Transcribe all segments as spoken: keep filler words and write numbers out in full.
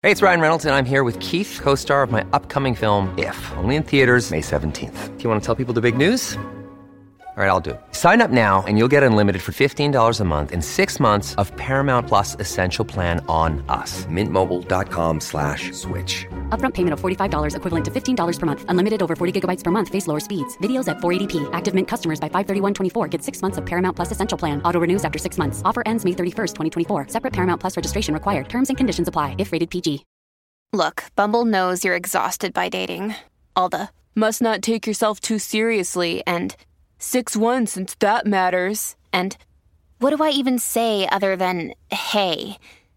Hey, it's Ryan Reynolds, and I'm here with Keith, co-star of my upcoming film, If, only in theaters May seventeenth. Do you want to tell people the big news? All right, I'll do it. Sign up now and you'll get unlimited for fifteen dollars a month and six months of Paramount Plus Essential Plan on us. Mint Mobile dot com slash switch. Upfront payment of forty-five dollars equivalent to fifteen dollars per month. Unlimited over forty gigabytes per month. Face lower speeds. Videos at four eighty p. Active Mint customers by five thirty-one twenty-four get six months of Paramount Plus Essential Plan. Auto renews after six months. Offer ends May thirty-first, twenty twenty-four. Separate Paramount Plus registration required. Terms and conditions apply if rated P G. Look, Bumble knows you're exhausted by dating. All the, must not take yourself too seriously, and six one since that matters. And what do I even say other than, hey?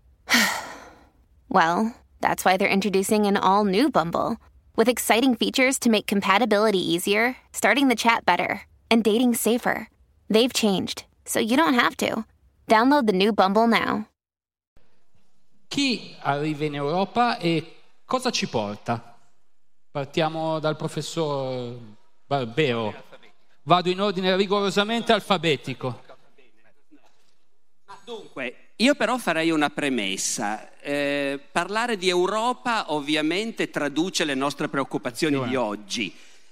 Well, that's why they're introducing an all-new Bumble, with exciting features to make compatibility easier, starting the chat better, and dating safer. They've changed, so you don't have to. Download the new Bumble now. Chi arriva in Europa e cosa ci porta? Partiamo dal professor Barbero. Vado in ordine rigorosamente alfabetico. Ma dunque, io però farei una premessa. Eh, parlare di Europa ovviamente traduce le nostre preoccupazioni di oggi,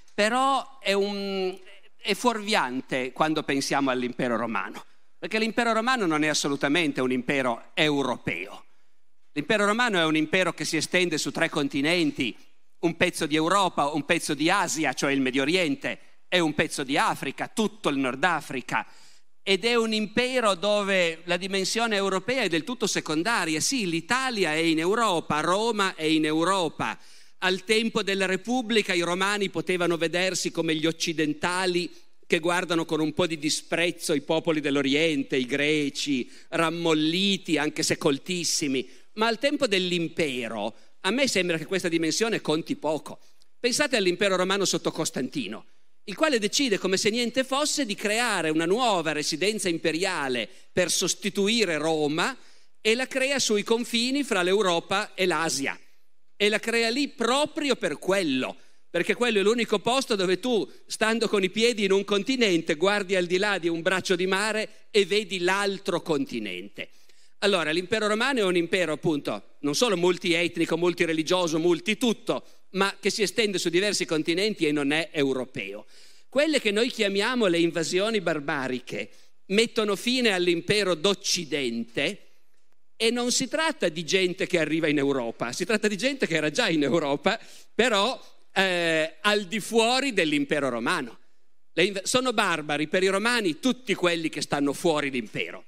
però è, un, è fuorviante quando pensiamo all'impero romano, perché l'impero romano non è assolutamente un impero europeo. L'impero romano è un impero che si estende su tre continenti, un pezzo di Europa, un pezzo di Asia, cioè il Medio Oriente, e un pezzo di Africa, tutto il Nord Africa. Ed è un impero dove la dimensione europea è del tutto secondaria. Sì, l'Italia è in Europa, Roma è in Europa. Al tempo della Repubblica i romani potevano vedersi come gli occidentali che guardano con un po' di disprezzo i popoli dell'Oriente, i greci, rammolliti, anche se coltissimi. Ma al tempo dell'impero, a me sembra che questa dimensione conti poco. Pensate all'impero romano sotto Costantino, il quale decide, come se niente fosse, di creare una nuova residenza imperiale per sostituire Roma e la crea sui confini fra l'Europa e l'Asia. E la crea lì proprio per quello, perché quello è l'unico posto dove tu, stando con i piedi in un continente, guardi al di là di un braccio di mare e vedi l'altro continente. Allora, l'impero romano è un impero appunto non solo multietnico, multireligioso, multitutto, ma che si estende su diversi continenti e non è europeo. Quelle che noi chiamiamo le invasioni barbariche mettono fine all'impero d'Occidente e non si tratta di gente che arriva in Europa, si tratta di gente che era già in Europa, però eh, al di fuori dell'impero romano. Le inv- sono barbari per i romani tutti quelli che stanno fuori l'impero.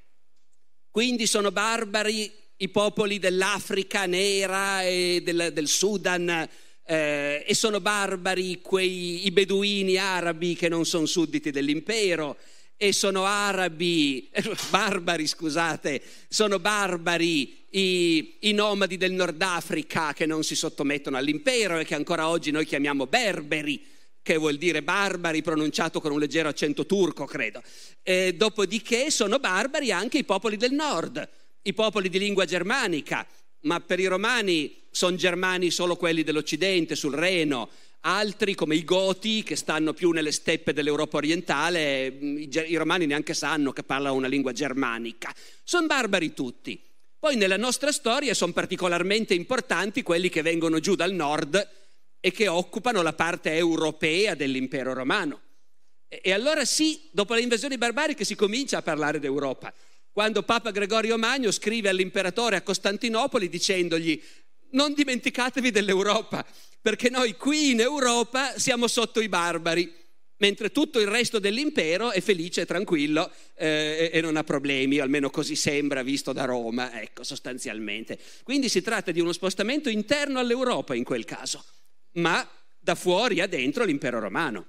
Quindi sono barbari i popoli dell'Africa nera e del, del Sudan, eh, e sono barbari quei, i beduini arabi che non sono sudditi dell'impero, e sono arabi, eh, barbari scusate, sono barbari i, i nomadi del Nord Africa che non si sottomettono all'impero e che ancora oggi noi chiamiamo berberi, che vuol dire barbari pronunciato con un leggero accento turco, credo. E dopodiché sono barbari anche i popoli del nord, i popoli di lingua germanica, ma per i romani sono germani solo quelli dell'Occidente, sul Reno. Altri, come i Goti, che stanno più nelle steppe dell'Europa orientale, i, i romani neanche sanno che parlano una lingua germanica. Sono barbari tutti. Poi nella nostra storia sono particolarmente importanti quelli che vengono giù dal nord e che occupano la parte europea dell'impero romano. E, e allora sì, dopo le invasioni barbariche si comincia a parlare d'Europa. Quando Papa Gregorio Magno scrive all'imperatore a Costantinopoli dicendogli: non dimenticatevi dell'Europa, perché noi qui in Europa siamo sotto i barbari, mentre tutto il resto dell'impero è felice e tranquillo eh, e non ha problemi, almeno così sembra visto da Roma, ecco, sostanzialmente. Quindi si tratta di uno spostamento interno all'Europa in quel caso, ma da fuori a dentro l'impero romano.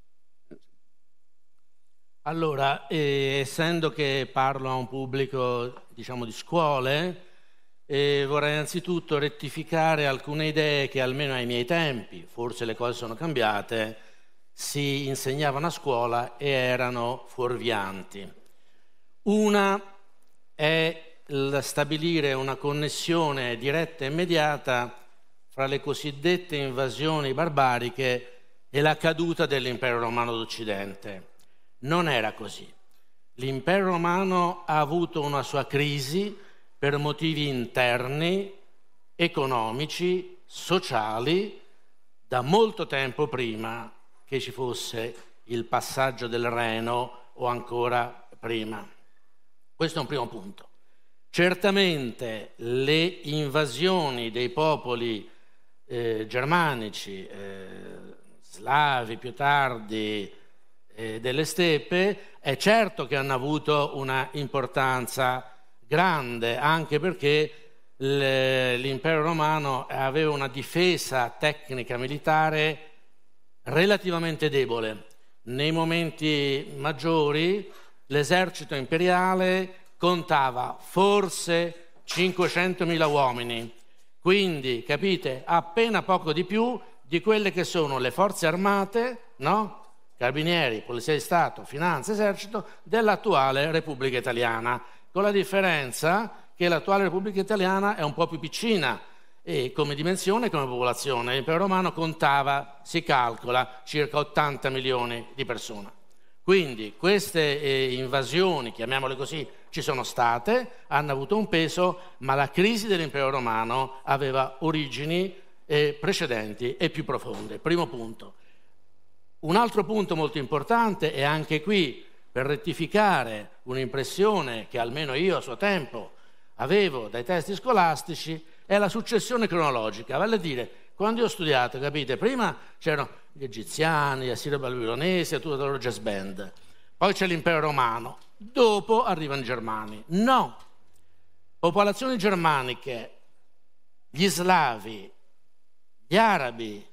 Allora, eh, essendo che parlo a un pubblico, diciamo, di scuole, eh, vorrei innanzitutto rettificare alcune idee che almeno ai miei tempi, forse le cose sono cambiate, si insegnavano a scuola e erano fuorvianti. Una è il stabilire una connessione diretta e immediata fra le cosiddette invasioni barbariche e la caduta dell'impero romano d'Occidente. Non era così. L'impero romano ha avuto una sua crisi per motivi interni economici, sociali, da molto tempo prima che ci fosse il passaggio del Reno o ancora prima. Questo è un primo punto. Certamente le invasioni dei popoli eh, germanici, eh, slavi più tardi, eh, delle steppe, è certo che hanno avuto una importanza grande, anche perché l'impero romano aveva una difesa tecnica militare relativamente debole. Nei momenti maggiori l'esercito imperiale contava forse cinquecentomila uomini, quindi capite, appena poco di più di quelle che sono le forze armate, no? Carabinieri, Polizia di Stato, Finanza, Esercito dell'attuale Repubblica Italiana, con la differenza che l'attuale Repubblica Italiana è un po' più piccina e come dimensione, come popolazione. L'impero romano contava, si calcola, circa ottanta milioni di persone. Quindi queste eh, invasioni, chiamiamole così, ci sono state, hanno avuto un peso, ma la crisi dell'impero romano aveva origini eh, precedenti e più profonde. Primo punto. Un altro punto molto importante, e anche qui per rettificare un'impressione che almeno io a suo tempo avevo dai testi scolastici, è la successione cronologica, vale a dire, quando io ho studiato, capite, prima c'erano gli egiziani, gli assiro-babilonesi e tutta la loro jazz band, poi c'è l'impero romano, dopo arrivano i germani. No, popolazioni germaniche, gli slavi, gli arabi,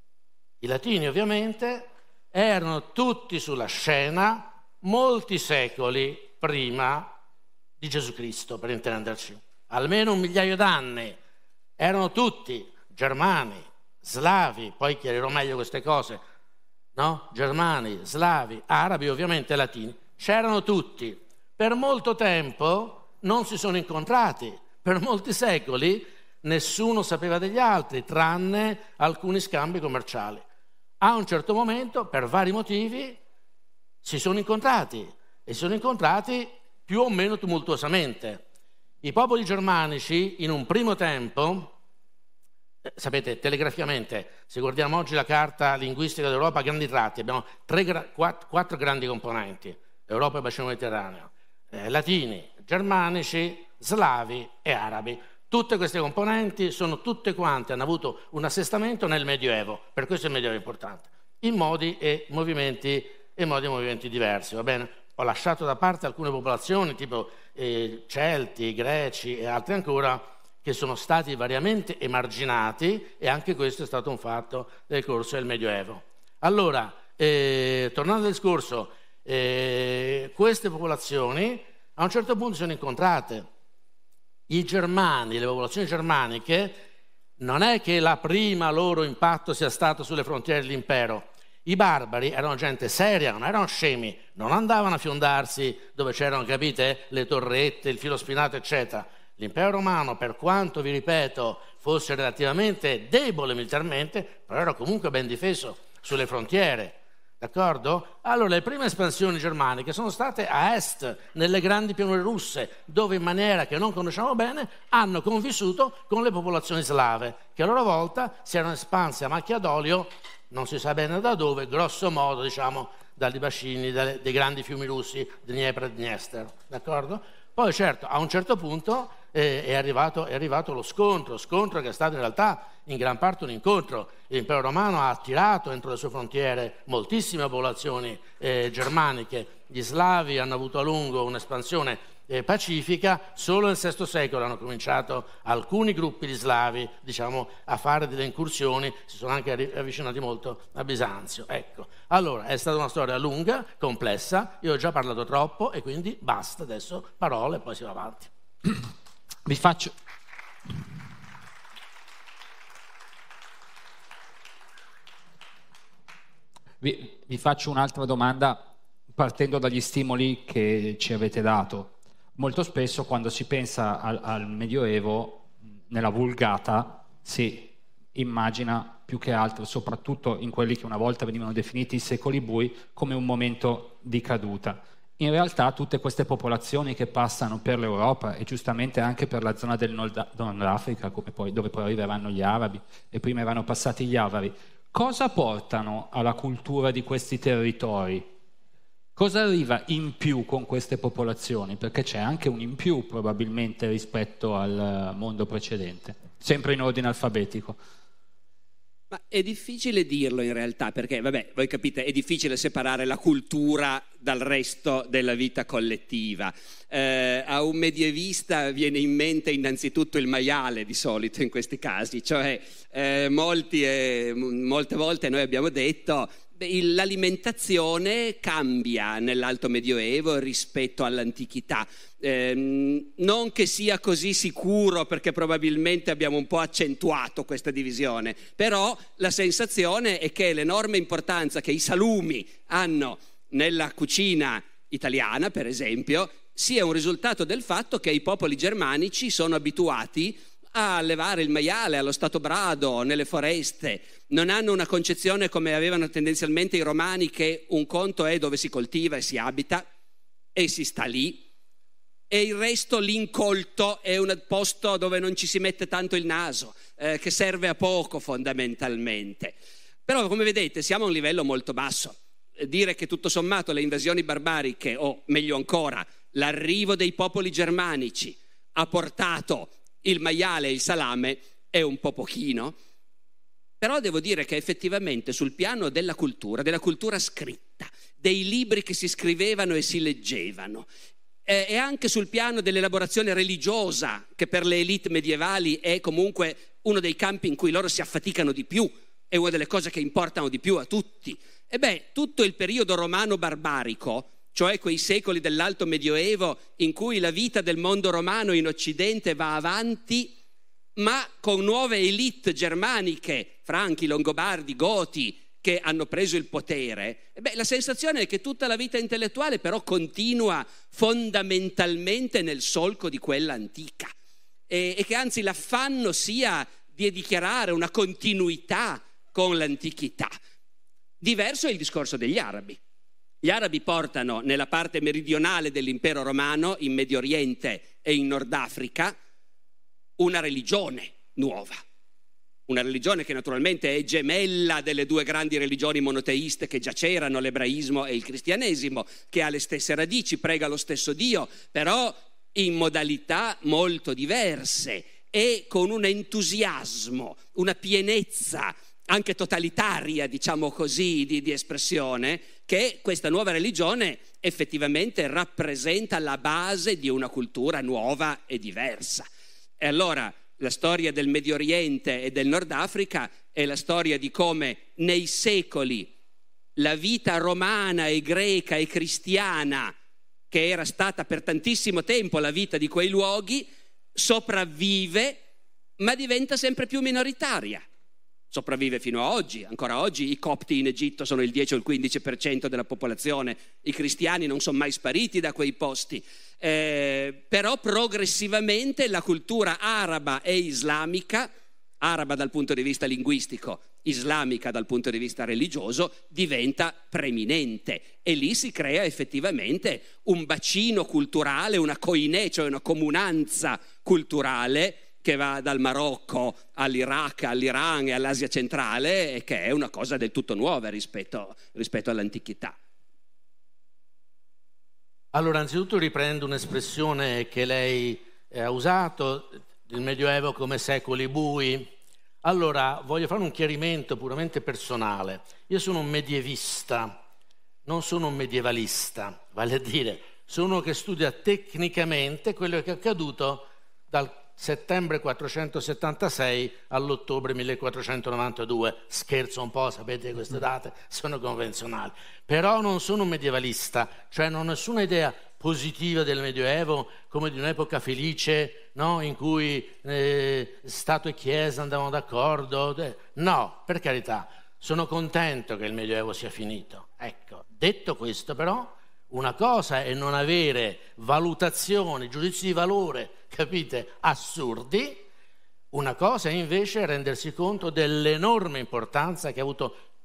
i latini ovviamente, erano tutti sulla scena molti secoli prima di Gesù Cristo, per intenderci, almeno un migliaio d'anni. Erano tutti germani, slavi, poi chiarirò meglio queste cose, no? Germani, slavi, arabi, ovviamente latini, c'erano tutti. Per molto tempo non si sono incontrati, per molti secoli nessuno sapeva degli altri, tranne alcuni scambi commerciali. A un certo momento, per vari motivi, si sono incontrati e si sono incontrati più o meno tumultuosamente. I popoli germanici, in un primo tempo, eh, sapete, telegraficamente, se guardiamo oggi la carta linguistica d'Europa a grandi tratti, abbiamo tre, quattro, quattro grandi componenti, Europa e bacino mediterraneo, eh, latini, germanici, slavi e arabi. Tutte queste componenti sono tutte quante, hanno avuto un assestamento nel Medioevo, per questo il Medioevo è importante, in modi e movimenti, e modi e movimenti diversi, va bene? Ho lasciato da parte alcune popolazioni, tipo eh, Celti, Greci e altri ancora, che sono stati variamente emarginati, e anche questo è stato un fatto nel corso del Medioevo. Allora, eh, tornando al discorso, eh, queste popolazioni a un certo punto si sono incontrate. I germani, le popolazioni germaniche, non è che la prima loro impatto sia stato sulle frontiere dell'impero. I barbari erano gente seria, non erano scemi, non andavano a fiondarsi dove c'erano, capite, le torrette, il filo spinato, eccetera. L'impero romano, per quanto, vi ripeto, fosse relativamente debole militarmente, però era comunque ben difeso sulle frontiere. D'accordo? Allora, le prime espansioni germaniche sono state a est, nelle grandi pianure russe, dove in maniera che non conosciamo bene hanno convissuto con le popolazioni slave, che a loro volta si erano espanse a macchia d'olio, non si sa bene da dove, grosso modo, diciamo, dai bacini dei, dei grandi fiumi russi, Dniepr e Dniester. D'accordo? Poi, certo, a un certo punto eh, è, arrivato, è arrivato lo scontro, scontro che è stato in realtà in gran parte un incontro. L'impero romano ha attirato entro le sue frontiere moltissime popolazioni eh, germaniche. Gli slavi hanno avuto a lungo un'espansione eh, pacifica. Solo nel sesto secolo hanno cominciato alcuni gruppi di slavi, diciamo, a fare delle incursioni, si sono anche avvicinati molto a Bisanzio. Ecco. Allora, è stata una storia lunga, complessa, io ho già parlato troppo e quindi basta, adesso parole e poi si va avanti. Vi faccio... Vi, vi faccio un'altra domanda partendo dagli stimoli che ci avete dato. Molto spesso quando si pensa al, al Medioevo, nella vulgata, si immagina più che altro, soprattutto in quelli che una volta venivano definiti i secoli bui, come un momento di caduta. in realtà tutte queste popolazioni che passano per l'Europa e giustamente anche per la zona del Nord Africa, come poi, dove poi arriveranno gli arabi e prima erano passati gli avari, cosa portano alla cultura di questi territori? Cosa arriva in più con queste popolazioni? Perché c'è anche un in più probabilmente rispetto al mondo precedente, sempre in ordine alfabetico. Ma è difficile dirlo in realtà, perché, vabbè, voi capite, è difficile separare la cultura dal resto della vita collettiva. Eh, a un medievista viene in mente innanzitutto il maiale di solito in questi casi, cioè eh, molti, eh, molte volte noi abbiamo detto l'alimentazione cambia nell'Alto Medioevo rispetto all'antichità. Eh, non che sia così sicuro, perché probabilmente abbiamo un po' accentuato questa divisione, però la sensazione è che l'enorme importanza che i salumi hanno nella cucina italiana, per esempio, sia un risultato del fatto che i popoli germanici sono abituati a allevare il maiale allo stato brado, nelle foreste. Non hanno una concezione come avevano tendenzialmente i romani, che un conto è dove si coltiva e si abita e si sta lì, e il resto, l'incolto, è un posto dove non ci si mette tanto il naso, eh, che serve a poco fondamentalmente. Però, come vedete, siamo a un livello molto basso. Dire che tutto sommato le invasioni barbariche, o meglio ancora l'arrivo dei popoli germanici, ha portato il maiale e il salame è un po' pochino. Però devo dire che effettivamente sul piano della cultura, della cultura scritta, dei libri che si scrivevano e si leggevano, eh, e anche sul piano dell'elaborazione religiosa, che per le elite medievali è comunque uno dei campi in cui loro si affaticano di più, è una delle cose che importano di più a tutti. E beh, tutto il periodo romano barbarico, cioè quei secoli dell'Alto Medioevo in cui la vita del mondo romano in Occidente va avanti, ma con nuove elite germaniche, franchi, longobardi, goti, che hanno preso il potere, e beh, la sensazione è che tutta la vita intellettuale però continua fondamentalmente nel solco di quella antica, e, e che anzi l'affanno sia di dichiarare una continuità con l'antichità. Diverso è il discorso degli arabi. Gli arabi portano nella parte meridionale dell'impero romano, in Medio Oriente e in Nord Africa, una religione nuova. Una religione che naturalmente è gemella delle due grandi religioni monoteiste che già c'erano, l'ebraismo e il cristianesimo, che ha le stesse radici, prega lo stesso Dio, però in modalità molto diverse e con un entusiasmo, una pienezza anche totalitaria, diciamo così, di, di espressione, che questa nuova religione effettivamente rappresenta la base di una cultura nuova e diversa. E allora la storia del Medio Oriente e del Nord Africa è la storia di come nei secoli la vita romana e greca e cristiana, che era stata per tantissimo tempo la vita di quei luoghi, sopravvive ma diventa sempre più minoritaria. Sopravvive fino a oggi, ancora oggi i copti in Egitto sono il dieci o il quindici per cento della popolazione, i cristiani non sono mai spariti da quei posti, eh, però progressivamente la cultura araba e islamica, araba dal punto di vista linguistico, islamica dal punto di vista religioso, diventa preminente e lì si crea effettivamente un bacino culturale, una koinè, cioè una comunanza culturale che va dal Marocco all'Iraq, all'Iran e all'Asia centrale, e che è una cosa del tutto nuova rispetto, rispetto all'antichità. Allora, anzitutto riprendo un'espressione che lei ha usato, il Medioevo come secoli bui. Allora, voglio fare un chiarimento puramente personale. Io sono un medievista, non sono un medievalista, vale a dire, sono uno che studia tecnicamente quello che è accaduto dal settembre quattrocentosettantasei all'ottobre millequattrocentonovantadue. Scherzo un po', sapete, queste date sono convenzionali. Però non sono un medievalista, cioè non ho nessuna idea positiva del Medioevo come di un'epoca felice, no? In cui eh, Stato e Chiesa andavano d'accordo. No, per carità, sono contento che il Medioevo sia finito. Ecco, detto questo però, una cosa è non avere valutazioni, giudizi di valore, capite, assurdi. Una cosa è invece rendersi conto dell'enorme importanza che ha avuto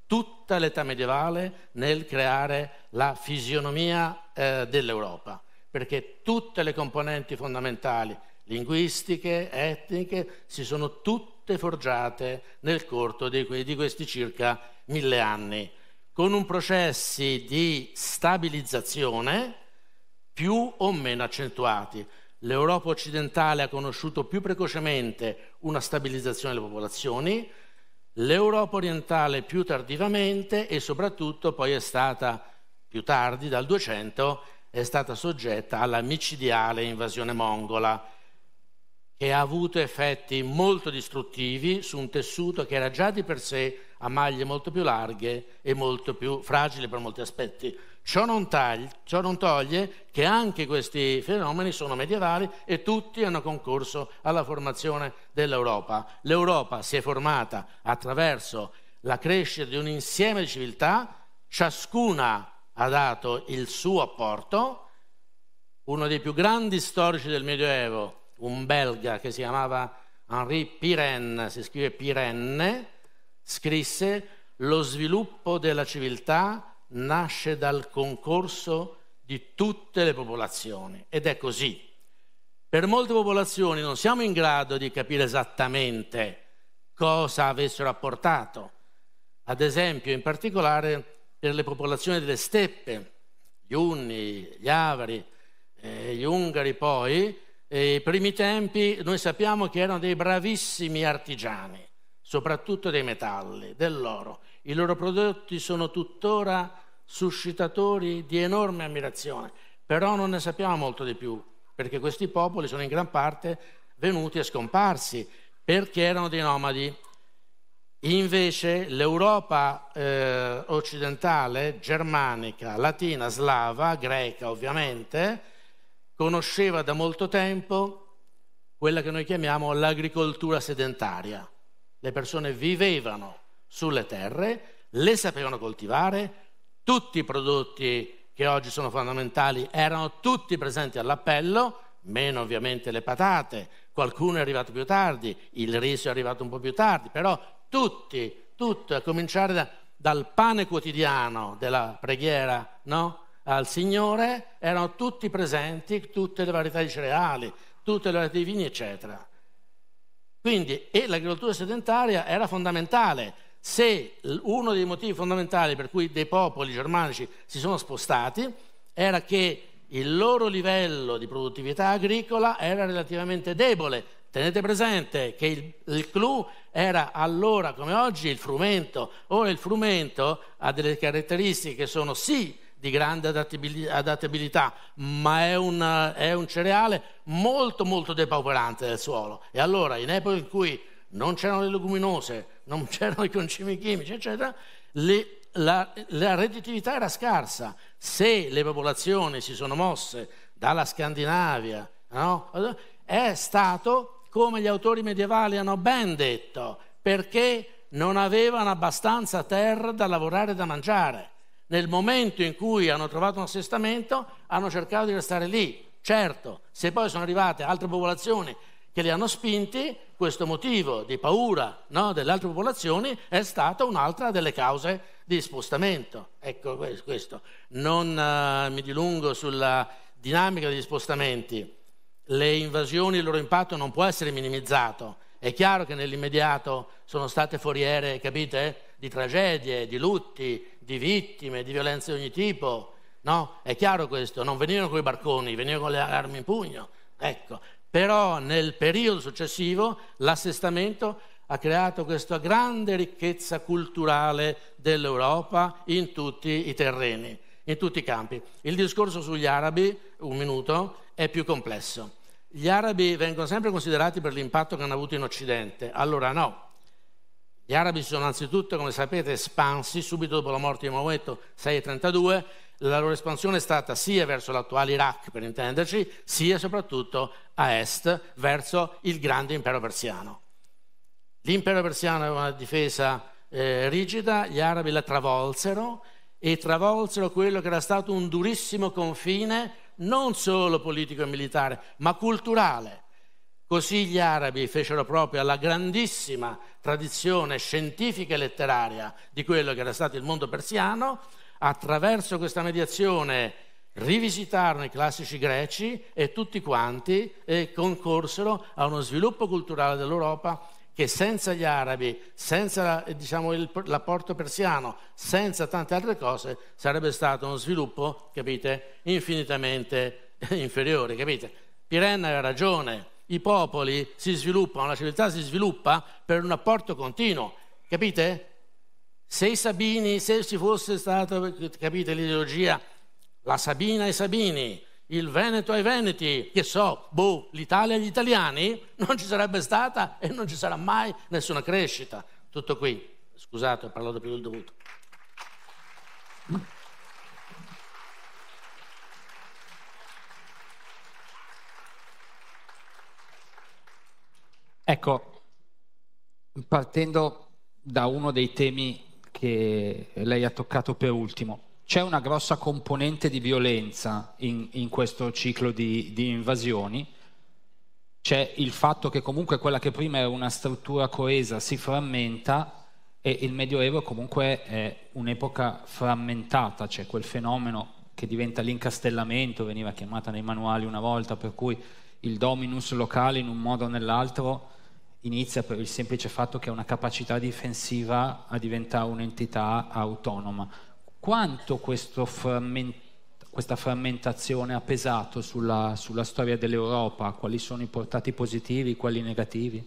tutta l'età medievale nel creare la fisionomia eh, dell'Europa, perché tutte le componenti fondamentali, linguistiche, etniche, si sono tutte forgiate nel corso di, que- di questi circa mille anni, con un processi di stabilizzazione più o meno accentuati. L'Europa occidentale ha conosciuto più precocemente una stabilizzazione delle popolazioni, l'Europa orientale più tardivamente e soprattutto poi è stata più tardi, dal duecento, è stata soggetta alla micidiale invasione mongola, che ha avuto effetti molto distruttivi su un tessuto che era già di per sé a maglie molto più larghe e molto più fragile per molti aspetti. Ciò non, tagli, ciò non toglie che anche questi fenomeni sono medievali e tutti hanno concorso alla formazione dell'Europa. L'Europa si è formata attraverso la crescita di un insieme di civiltà, ciascuna ha dato il suo apporto. Uno dei più grandi storici del Medioevo, un belga che si chiamava Henri Pirenne, si scrive Pirenne, scrisse: lo sviluppo della civiltà nasce dal concorso di tutte le popolazioni, ed è così. Per molte popolazioni non siamo in grado di capire esattamente cosa avessero apportato. Ad esempio, in particolare per le popolazioni delle steppe, gli Unni, gli Avari, eh, gli Ungari poi, eh, i primi tempi noi sappiamo che erano dei bravissimi artigiani, soprattutto dei metalli, dell'oro. I loro prodotti sono tuttora suscitatori di enorme ammirazione, però non ne sappiamo molto di più, perché questi popoli sono in gran parte venuti e scomparsi, perché erano dei nomadi. Invece l'Europa eh, occidentale, germanica, latina, slava, greca ovviamente, conosceva da molto tempo quella che noi chiamiamo l'agricoltura sedentaria. Le persone vivevano sulle terre, le sapevano coltivare, tutti i prodotti che oggi sono fondamentali erano tutti presenti all'appello, meno ovviamente le patate, qualcuno è arrivato più tardi, il riso è arrivato un po' più tardi, però tutti, tutto, a cominciare da, dal pane quotidiano della preghiera, no? Al Signore, erano tutti presenti, tutte le varietà di cereali, tutte le varietà di vini, eccetera. Quindi, e l'agricoltura sedentaria era fondamentale. Se uno dei motivi fondamentali per cui dei popoli germanici si sono spostati era che il loro livello di produttività agricola era relativamente debole. Tenete presente che il, il clou era allora come oggi il frumento. Ora il frumento ha delle caratteristiche che sono sì di grande adattabilità, ma è un, è un cereale molto molto depauperante del suolo. E allora in epoche in cui non c'erano le leguminose, non c'erano i concimi chimici, eccetera, le, la, la redditività era scarsa. Se le popolazioni si sono mosse dalla Scandinavia, no? È stato, come gli autori medievali hanno ben detto, perché non avevano abbastanza terra da lavorare e da mangiare. Nel momento in cui hanno trovato un assestamento, hanno cercato di restare lì. Certo, se poi sono arrivate altre popolazioni che li hanno spinti, questo motivo di paura, no, delle altre popolazioni è stata un'altra delle cause di spostamento. Ecco questo. Non uh, mi dilungo sulla dinamica degli spostamenti. Le invasioni, il loro impatto non può essere minimizzato. È chiaro che nell'immediato sono state foriere, capite, di tragedie, di lutti, di vittime, di violenze di ogni tipo. No? È chiaro questo. Non venivano con i barconi, venivano con le armi in pugno. Ecco. Però nel periodo successivo l'assestamento ha creato questa grande ricchezza culturale dell'Europa in tutti i terreni, in tutti i campi. Il discorso sugli arabi, un minuto, è più complesso. Gli arabi vengono sempre considerati per l'impatto che hanno avuto in Occidente. Allora no. Gli arabi si sono anzitutto, come sapete, espansi subito dopo la morte di Maometto, sei e trentadue. La loro espansione è stata sia verso l'attuale Iraq, per intenderci, sia soprattutto a est, verso il grande impero persiano. L'impero persiano aveva una difesa eh, rigida, gli arabi la travolsero e travolsero quello che era stato un durissimo confine, non solo politico e militare, ma culturale. Così gli arabi fecero proprio alla grandissima tradizione scientifica e letteraria di quello che era stato il mondo persiano. Attraverso questa mediazione rivisitarono i classici greci e tutti quanti eh, concorsero a uno sviluppo culturale dell'Europa che senza gli arabi, senza eh, diciamo, il, l'apporto persiano, senza tante altre cose, sarebbe stato uno sviluppo, capite, infinitamente inferiore, capite? Pirenne aveva ragione, i popoli si sviluppano, la civiltà si sviluppa per un apporto continuo, capite? Se i Sabini, se ci fosse stata, capite, l'ideologia, la Sabina ai Sabini, il Veneto ai Veneti, che so, boh, l'Italia agli italiani, non ci sarebbe stata e non ci sarà mai nessuna crescita. Tutto qui. Scusate, ho parlato più del dovuto. Ecco, partendo da uno dei temi che lei ha toccato per ultimo, c'è una grossa componente di violenza in, in questo ciclo di, di invasioni. C'è il fatto che comunque quella che prima era una struttura coesa si frammenta, e il Medioevo comunque è un'epoca frammentata, c'è quel fenomeno che diventa l'incastellamento, veniva chiamata nei manuali una volta, per cui il dominus locale in un modo o nell'altro inizia per il semplice fatto che ha una capacità difensiva a diventare un'entità autonoma. Quanto questo framment- questa frammentazione ha pesato sulla, sulla storia dell'Europa? Quali sono i portati positivi, quelli negativi?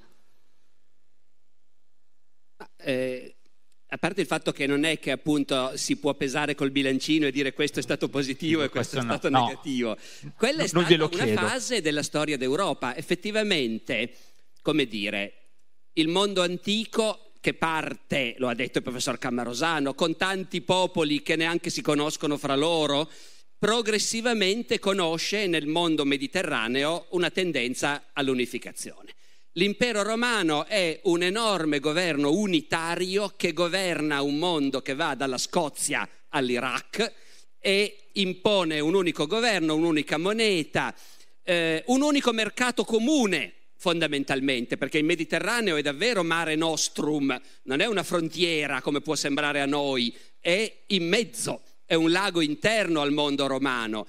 Eh, a parte il fatto che non è che appunto si può pesare col bilancino e dire questo è stato positivo e questo, questo è no, stato no. negativo. Quella è stata una chiedo. fase della storia d'Europa. Effettivamente, come dire, il mondo antico che parte, lo ha detto il professor Cammarosano, con tanti popoli che neanche si conoscono fra loro, progressivamente conosce nel mondo mediterraneo una tendenza all'unificazione. L'impero romano è un enorme governo unitario che governa un mondo che va dalla Scozia all'Iraq e impone un unico governo, un'unica moneta, eh, un unico mercato comune fondamentalmente, perché il Mediterraneo è davvero mare nostrum, non è una frontiera come può sembrare a noi, è in mezzo, è un lago interno al mondo romano.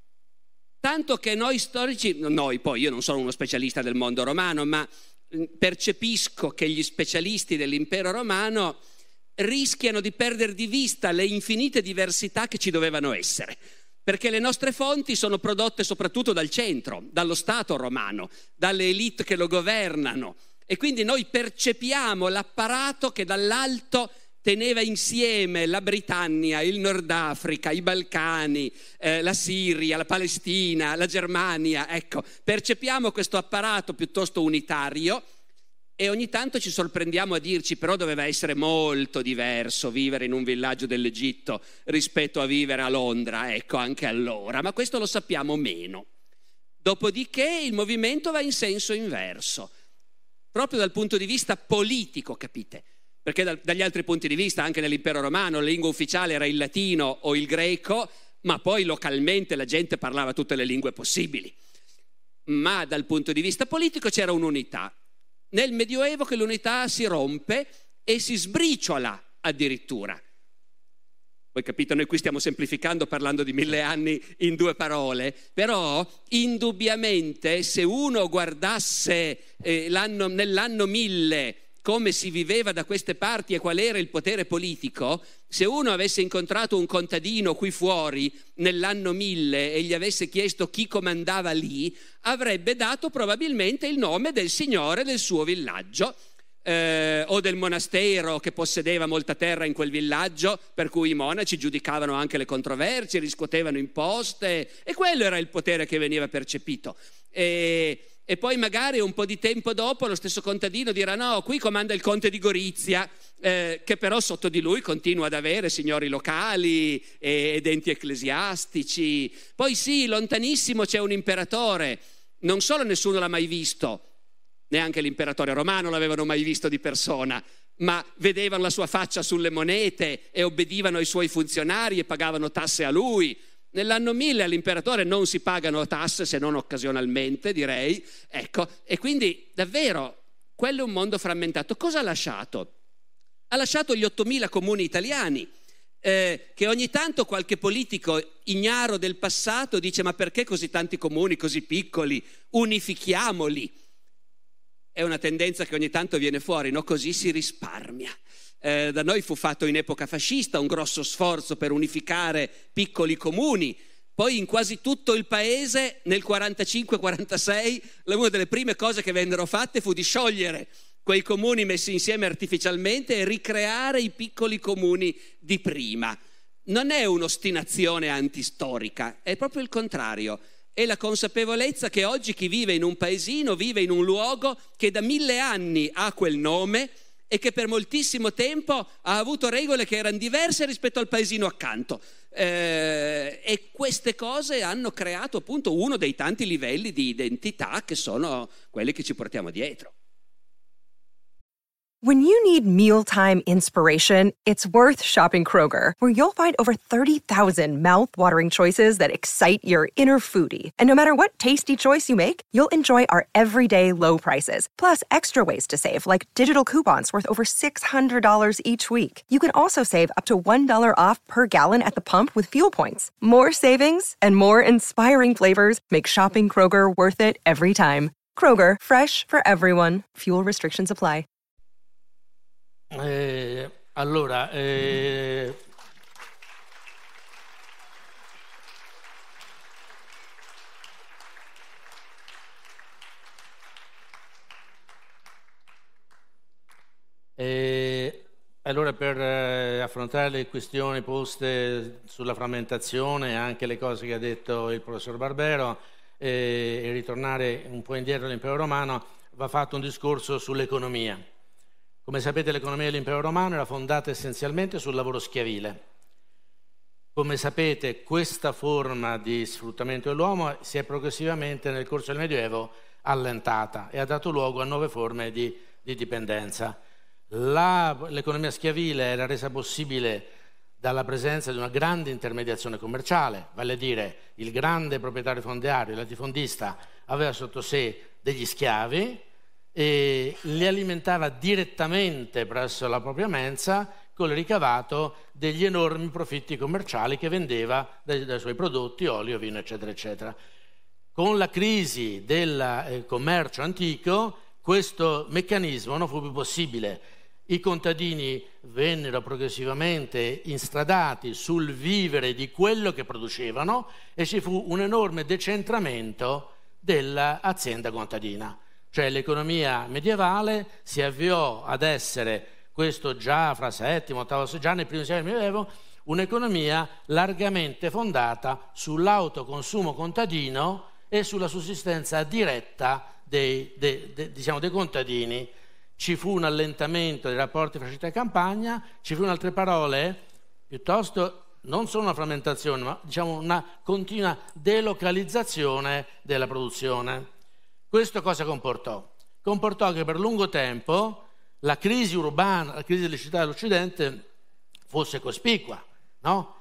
Tanto che noi storici, noi poi, io non sono uno specialista del mondo romano, ma percepisco che gli specialisti dell'impero romano rischiano di perdere di vista le infinite diversità che ci dovevano essere, perché le nostre fonti sono prodotte soprattutto dal centro, dallo Stato romano, dalle elite che lo governano, e quindi noi percepiamo l'apparato che dall'alto teneva insieme la Britannia, il Nord Africa, i Balcani, eh, la Siria, la Palestina, la Germania. Ecco, percepiamo questo apparato piuttosto unitario e ogni tanto ci sorprendiamo a dirci però doveva essere molto diverso vivere in un villaggio dell'Egitto rispetto a vivere a Londra, ecco, anche allora, ma questo lo sappiamo meno. Dopodiché il movimento va in senso inverso, proprio dal punto di vista politico, capite? Perché da, dagli altri punti di vista, anche nell'impero romano, la lingua ufficiale era il latino o il greco, ma poi localmente la gente parlava tutte le lingue possibili. Ma dal punto di vista politico c'era un'unità. Nel Medioevo che l'unità si rompe e si sbriciola addirittura. Voi capite, noi qui stiamo semplificando parlando di mille anni in due parole, però indubbiamente se uno guardasse eh, l'anno, nell'anno mille come si viveva da queste parti e qual era il potere politico, se uno avesse incontrato un contadino qui fuori nell'anno mille e gli avesse chiesto chi comandava lì, avrebbe dato probabilmente il nome del signore del suo villaggio eh, o del monastero che possedeva molta terra in quel villaggio, per cui i monaci giudicavano anche le controversie, riscuotevano imposte, e quello era il potere che veniva percepito. E... E poi magari un po' di tempo dopo lo stesso contadino dirà no, qui comanda il conte di Gorizia, eh, che però sotto di lui continua ad avere signori locali ed enti ecclesiastici. Poi sì, lontanissimo c'è un imperatore, non solo nessuno l'ha mai visto, neanche l'imperatore romano l'avevano mai visto di persona, ma vedevano la sua faccia sulle monete e obbedivano ai suoi funzionari e pagavano tasse a lui. Nell'anno mille all'imperatore non si pagano tasse se non occasionalmente, direi. Ecco, e quindi davvero quello è un mondo frammentato. Cosa ha lasciato? Ha lasciato gli ottomila comuni italiani, eh, che ogni tanto qualche politico ignaro del passato dice: ma perché così tanti comuni così piccoli? Unifichiamoli. È una tendenza che ogni tanto viene fuori, no? Così si risparmia. Eh, da noi fu fatto in epoca fascista un grosso sforzo per unificare piccoli comuni, poi in quasi tutto il paese nel quarantacinque quarantasei una delle prime cose che vennero fatte fu di sciogliere quei comuni messi insieme artificialmente e ricreare i piccoli comuni di prima. Non è un'ostinazione antistorica, è proprio il contrario. È la consapevolezza che oggi chi vive in un paesino vive in un luogo che da mille anni ha quel nome e che per moltissimo tempo ha avuto regole che erano diverse rispetto al paesino accanto. Eh, e queste cose hanno creato appunto uno dei tanti livelli di identità che sono quelli che ci portiamo dietro. When you need mealtime inspiration, it's worth shopping Kroger, where you'll find over thirty thousand mouth-watering choices that excite your inner foodie. And no matter what tasty choice you make, you'll enjoy our everyday low prices, plus extra ways to save, like digital coupons worth over six hundred dollars each week. You can also save up to one dollar off per gallon at the pump with fuel points. More savings and more inspiring flavors make shopping Kroger worth it every time. Kroger, fresh for everyone. Fuel restrictions apply. Eh, allora, eh, eh, allora per eh, affrontare le questioni poste sulla frammentazione e anche le cose che ha detto il professor Barbero eh, e ritornare un po' indietro all'impero romano, va fatto un discorso sull'economia. Come sapete, l'economia dell'impero romano era fondata essenzialmente sul lavoro schiavile. Come sapete, questa forma di sfruttamento dell'uomo si è progressivamente nel corso del Medioevo allentata e ha dato luogo a nuove forme di, di dipendenza. La, l'economia schiavile era resa possibile dalla presenza di una grande intermediazione commerciale, vale a dire il grande proprietario fondiario, il latifondista, aveva sotto sé degli schiavi e li alimentava direttamente presso la propria mensa con il ricavato degli enormi profitti commerciali che vendeva dai, dai suoi prodotti, olio, vino, eccetera, eccetera. Con la crisi del eh, commercio antico questo meccanismo non fu più possibile. I contadini vennero progressivamente instradati sul vivere di quello che producevano e ci fu un enorme decentramento dell'azienda contadina. Cioè l'economia medievale si avviò ad essere, questo già fra settimo, ottavo, già nel primo secolo del Medioevo, un'economia largamente fondata sull'autoconsumo contadino e sulla sussistenza diretta dei, dei, dei, diciamo, dei contadini. Ci fu un allentamento dei rapporti fra città e campagna, ci fu in altre parole piuttosto non solo una frammentazione, ma diciamo una continua delocalizzazione della produzione. Questo cosa comportò? Comportò che per lungo tempo la crisi urbana, la crisi delle città dell'Occidente fosse cospicua, no?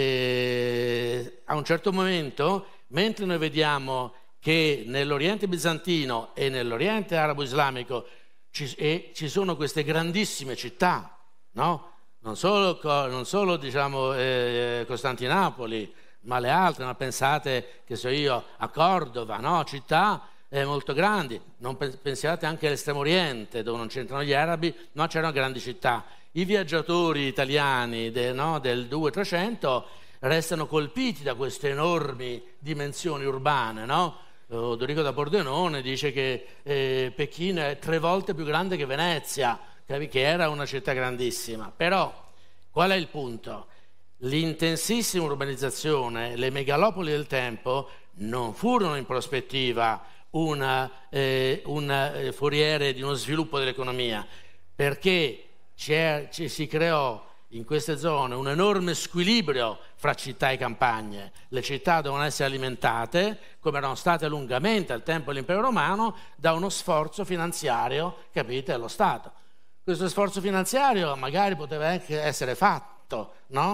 E a un certo momento, mentre noi vediamo che nell'Oriente bizantino e nell'Oriente arabo-islamico ci, e ci sono queste grandissime città, no? Non solo, non solo diciamo, eh, Costantinopoli, ma le altre, ma pensate, che so io, a Cordova, no? Città eh, molto grandi, non pensiate anche all'estremo oriente dove non c'entrano gli arabi, ma c'erano grandi città. I viaggiatori italiani de, no, del duecento trecento restano colpiti da queste enormi dimensioni urbane, no? Dorico da Pordenone dice che eh, Pechino è tre volte più grande che Venezia, che era una città grandissima. Però qual è il punto? L'intensissima urbanizzazione, le megalopoli del tempo non furono in prospettiva una, eh, un foriere di uno sviluppo dell'economia, perché c'è, ci si creò in queste zone un enorme squilibrio fra città e campagne. Le città devono essere alimentate, come erano state lungamente al tempo dell'impero romano, da uno sforzo finanziario, capite, dello Stato. Questo sforzo finanziario magari poteva anche essere fatto, no?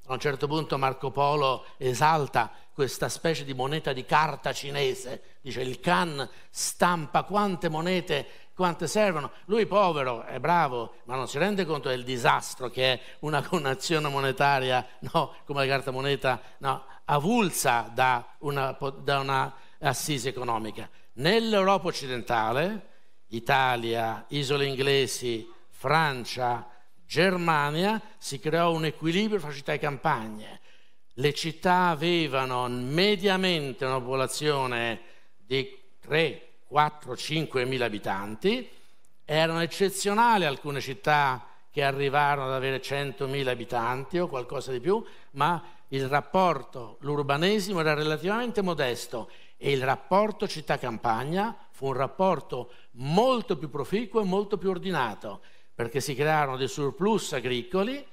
A un certo punto Marco Polo esalta questa specie di moneta di carta cinese, dice il Khan stampa quante monete, quante servono. Lui povero, è bravo, ma non si rende conto del disastro che è una connazione monetaria, no, come la carta moneta, no, avulsa da una, da una assise economica. Nell'Europa occidentale, Italia, isole inglesi, Francia, Germania, si creò un equilibrio fra città e campagne. Le città avevano mediamente una popolazione di tre, quattro, cinque mila abitanti, erano eccezionali alcune città che arrivarono ad avere centomila abitanti o qualcosa di più, ma il rapporto, l'urbanesimo era relativamente modesto e il rapporto città-campagna fu un rapporto molto più proficuo e molto più ordinato, perché si crearono dei surplus agricoli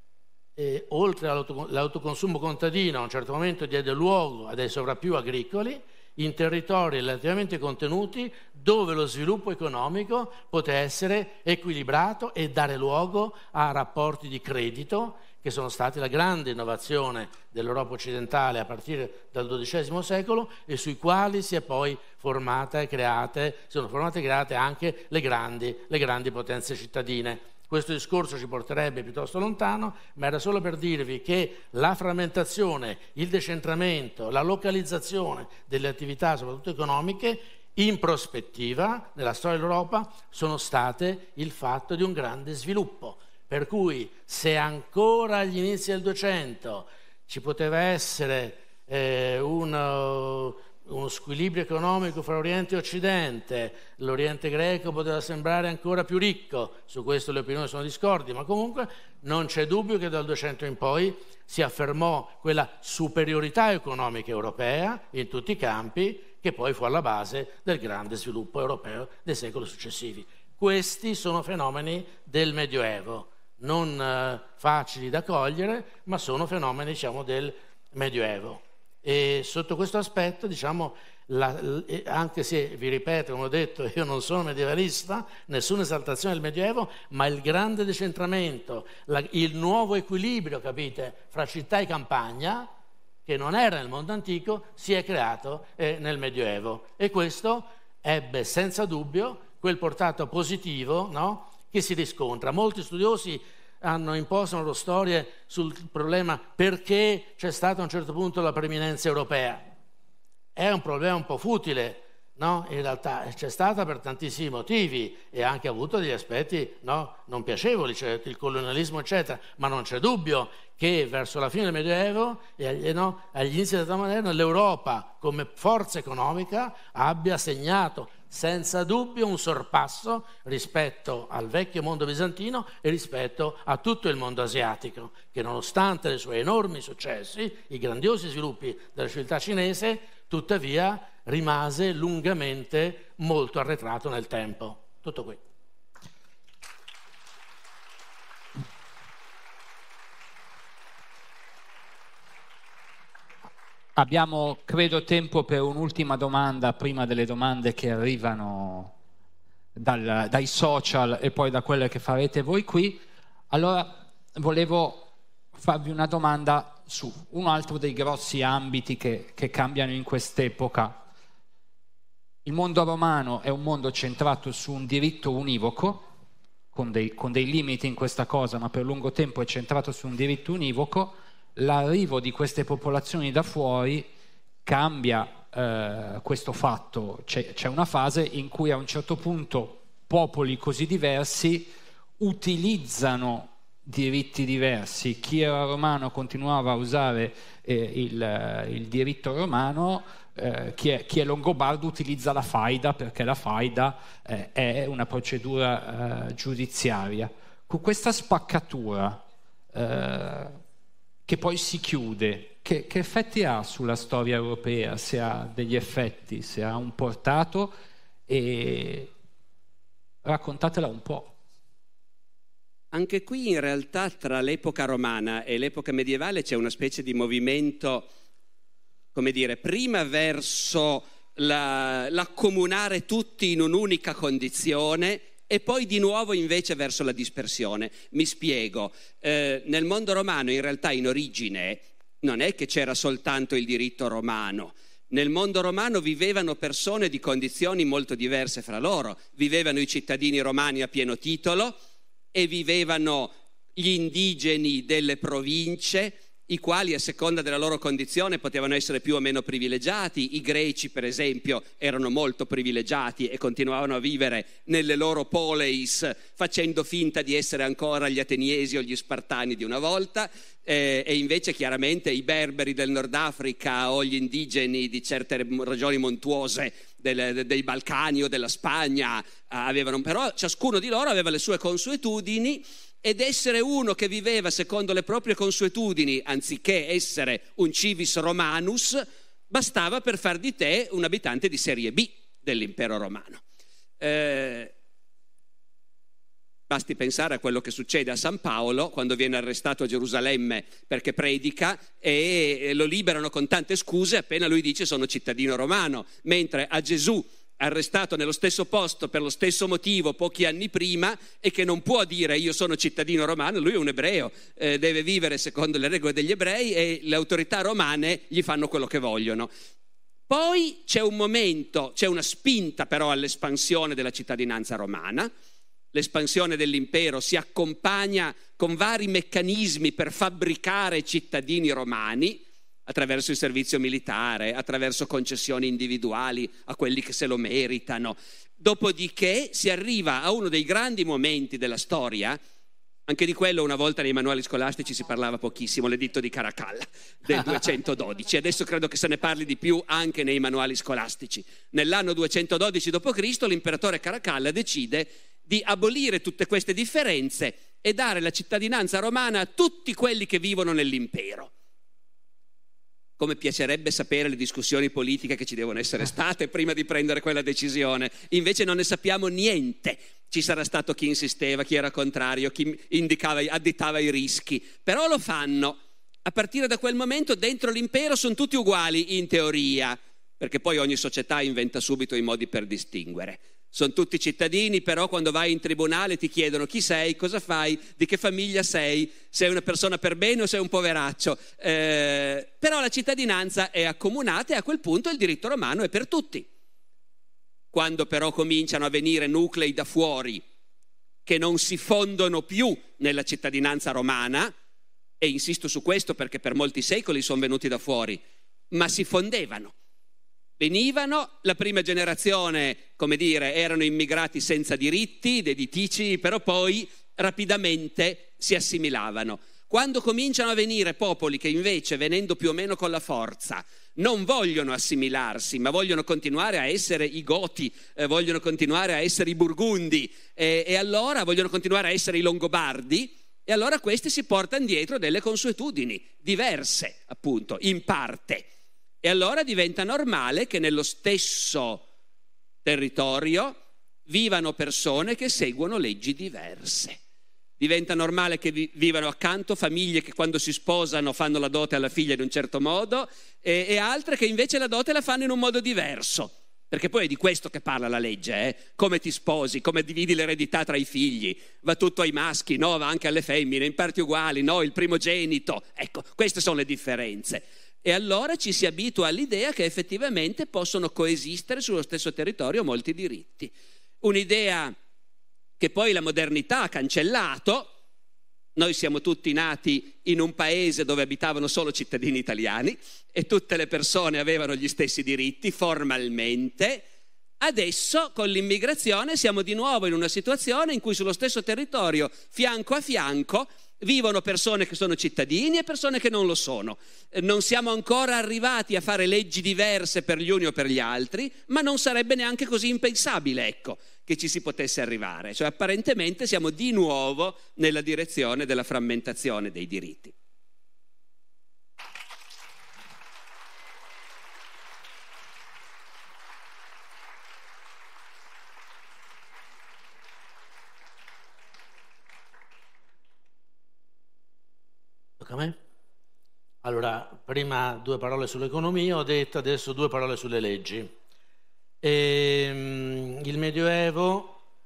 e oltre all'autoconsumo contadino a un certo momento diede luogo a dei sovrappiù agricoli in territori relativamente contenuti dove lo sviluppo economico poté essere equilibrato e dare luogo a rapporti di credito che sono stati la grande innovazione dell'Europa occidentale a partire dal dodicesimo secolo e sui quali si è poi formata e create, sono formate e create anche le grandi, le grandi potenze cittadine. Questo discorso ci porterebbe piuttosto lontano, ma era solo per dirvi che la frammentazione, il decentramento, la localizzazione delle attività, soprattutto economiche, in prospettiva, nella storia dell'Europa, sono state il fatto di un grande sviluppo. Per cui se ancora agli inizi del Duecento ci poteva essere eh, uno, uno squilibrio economico fra Oriente e Occidente, l'Oriente greco poteva sembrare ancora più ricco, su questo le opinioni sono discordi, ma comunque non c'è dubbio che dal Duecento in poi si affermò quella superiorità economica europea in tutti i campi che poi fu alla base del grande sviluppo europeo dei secoli successivi. Questi sono fenomeni del Medioevo, non eh, facili da cogliere, ma sono fenomeni, diciamo, del Medioevo. E sotto questo aspetto, diciamo, la, anche se, vi ripeto, come ho detto, io non sono medievalista, nessuna esaltazione del Medioevo, ma il grande decentramento, la, il nuovo equilibrio, capite, fra città e campagna, che non era nel mondo antico, si è creato eh, nel Medioevo. E questo ebbe senza dubbio quel portato positivo, no? Che si riscontra. Molti studiosi hanno imposto le loro storie sul problema perché c'è stata a un certo punto la preeminenza europea. È un problema un po' futile, no? In realtà c'è stata per tantissimi motivi e ha anche avuto degli aspetti, no, non piacevoli, cioè il colonialismo eccetera, ma non c'è dubbio che verso la fine del Medioevo e no, agli inizi dell'età moderna l'Europa come forza economica abbia segnato senza dubbio un sorpasso rispetto al vecchio mondo bizantino e rispetto a tutto il mondo asiatico, che nonostante i suoi enormi successi, i grandiosi sviluppi della civiltà cinese, tuttavia rimase lungamente molto arretrato nel tempo. Tutto qui. Abbiamo, credo, tempo per un'ultima domanda prima delle domande che arrivano dal, dai social e poi da quelle che farete voi qui. Allora, volevo farvi una domanda su un altro dei grossi ambiti che, che cambiano in quest'epoca. Il mondo romano è un mondo centrato su un diritto univoco, con dei, con dei limiti in questa cosa, ma per lungo tempo è centrato su un diritto univoco. L'arrivo di queste popolazioni da fuori cambia eh, questo fatto. C'è, c'è una fase in cui a un certo punto popoli così diversi utilizzano diritti diversi. Chi era romano continuava a usare eh, il, il diritto romano, eh, chi, è, chi è longobardo utilizza la faida, perché la faida eh, è una procedura eh, giudiziaria. Con questa spaccatura eh, che poi si chiude, che, che effetti ha sulla storia europea, se ha degli effetti, se ha un portato, e raccontatela un po'. Anche qui in realtà tra l'epoca romana e l'epoca medievale c'è una specie di movimento, come dire, prima verso la, l'accomunare tutti in un'unica condizione e poi di nuovo invece verso la dispersione. Mi spiego, eh, nel mondo romano in realtà in origine non è che c'era soltanto il diritto romano. Nel mondo romano vivevano persone di condizioni molto diverse fra loro. Vivevano i cittadini romani a pieno titolo e vivevano gli indigeni delle province, i quali a seconda della loro condizione potevano essere più o meno privilegiati. I greci, per esempio, erano molto privilegiati e continuavano a vivere nelle loro poleis facendo finta di essere ancora gli ateniesi o gli spartani di una volta, eh, e invece chiaramente i berberi del Nord Africa o gli indigeni di certe regioni montuose del, dei Balcani o della Spagna avevano, però ciascuno di loro aveva le sue consuetudini, ed essere uno che viveva secondo le proprie consuetudini anziché essere un civis romanus bastava per far di te un abitante di serie B dell'impero romano. Eh, basti pensare a quello che succede a San Paolo quando viene arrestato a Gerusalemme perché predica e lo liberano con tante scuse appena lui dice sono cittadino romano, mentre a Gesù, arrestato nello stesso posto per lo stesso motivo pochi anni prima e che non può dire io sono cittadino romano, lui è un ebreo, eh, deve vivere secondo le regole degli ebrei e le autorità romane gli fanno quello che vogliono. Poi c'è un momento, c'è una spinta però all'espansione della cittadinanza romana. L'espansione dell'impero si accompagna con vari meccanismi per fabbricare cittadini romani, attraverso il servizio militare, attraverso concessioni individuali a quelli che se lo meritano. Dopodiché si arriva a uno dei grandi momenti della storia, anche di quello una volta nei manuali scolastici si parlava pochissimo, l'editto di Caracalla del duecentododici, adesso credo che se ne parli di più anche nei manuali scolastici. Nell'anno duecentododici dopo Cristo l'imperatore Caracalla decide di abolire tutte queste differenze e dare la cittadinanza romana a tutti quelli che vivono nell'impero. Come piacerebbe sapere le discussioni politiche che ci devono essere state prima di prendere quella decisione. Invece non ne sappiamo niente. Ci sarà stato chi insisteva, chi era contrario, chi indicava, additava i rischi. Però lo fanno. A partire da quel momento dentro l'impero sono tutti uguali in teoria, perché poi ogni società inventa subito i modi per distinguere. Sono tutti cittadini, però quando vai in tribunale ti chiedono chi sei, cosa fai, di che famiglia sei, sei una persona per bene o sei un poveraccio. Eh, però la cittadinanza è accomunata e a quel punto il diritto romano è per tutti. Quando però cominciano a venire nuclei da fuori che non si fondono più nella cittadinanza romana, e insisto su questo perché per molti secoli sono venuti da fuori, ma si fondevano. Venivano, la prima generazione, come dire, erano immigrati senza diritti, deditici, però poi rapidamente si assimilavano. Quando cominciano a venire popoli che invece, venendo più o meno con la forza, non vogliono assimilarsi, ma vogliono continuare a essere i Goti, eh, vogliono continuare a essere i Burgundi, eh, e allora vogliono continuare a essere i Longobardi, e allora questi si portano dietro delle consuetudini diverse, appunto, in parte. E allora diventa normale che nello stesso territorio vivano persone che seguono leggi diverse. Diventa normale che vi- vivano accanto famiglie che quando si sposano fanno la dote alla figlia in un certo modo e, e altre che invece la dote la fanno in un modo diverso. Perché poi è di questo che parla la legge, eh? Come ti sposi, come dividi l'eredità tra i figli, va tutto ai maschi, no? Va anche alle femmine, in parti uguali, no? Il primogenito. Ecco, queste sono le differenze. E allora ci si abitua all'idea che effettivamente possono coesistere sullo stesso territorio molti diritti. Un'idea che poi la modernità ha cancellato. Noi siamo tutti nati in un paese dove abitavano solo cittadini italiani e tutte le persone avevano gli stessi diritti formalmente. Adesso con l'immigrazione siamo di nuovo in una situazione in cui sullo stesso territorio, fianco a fianco, vivono persone che sono cittadini e persone che non lo sono. Non siamo ancora arrivati a fare leggi diverse per gli uni o per gli altri, ma non sarebbe neanche così impensabile, ecco, che ci si potesse arrivare. Cioè apparentemente siamo di nuovo nella direzione della frammentazione dei diritti. Tocca a me? Allora, prima due parole sull'economia, ho detto, adesso due parole sulle leggi. E, il Medioevo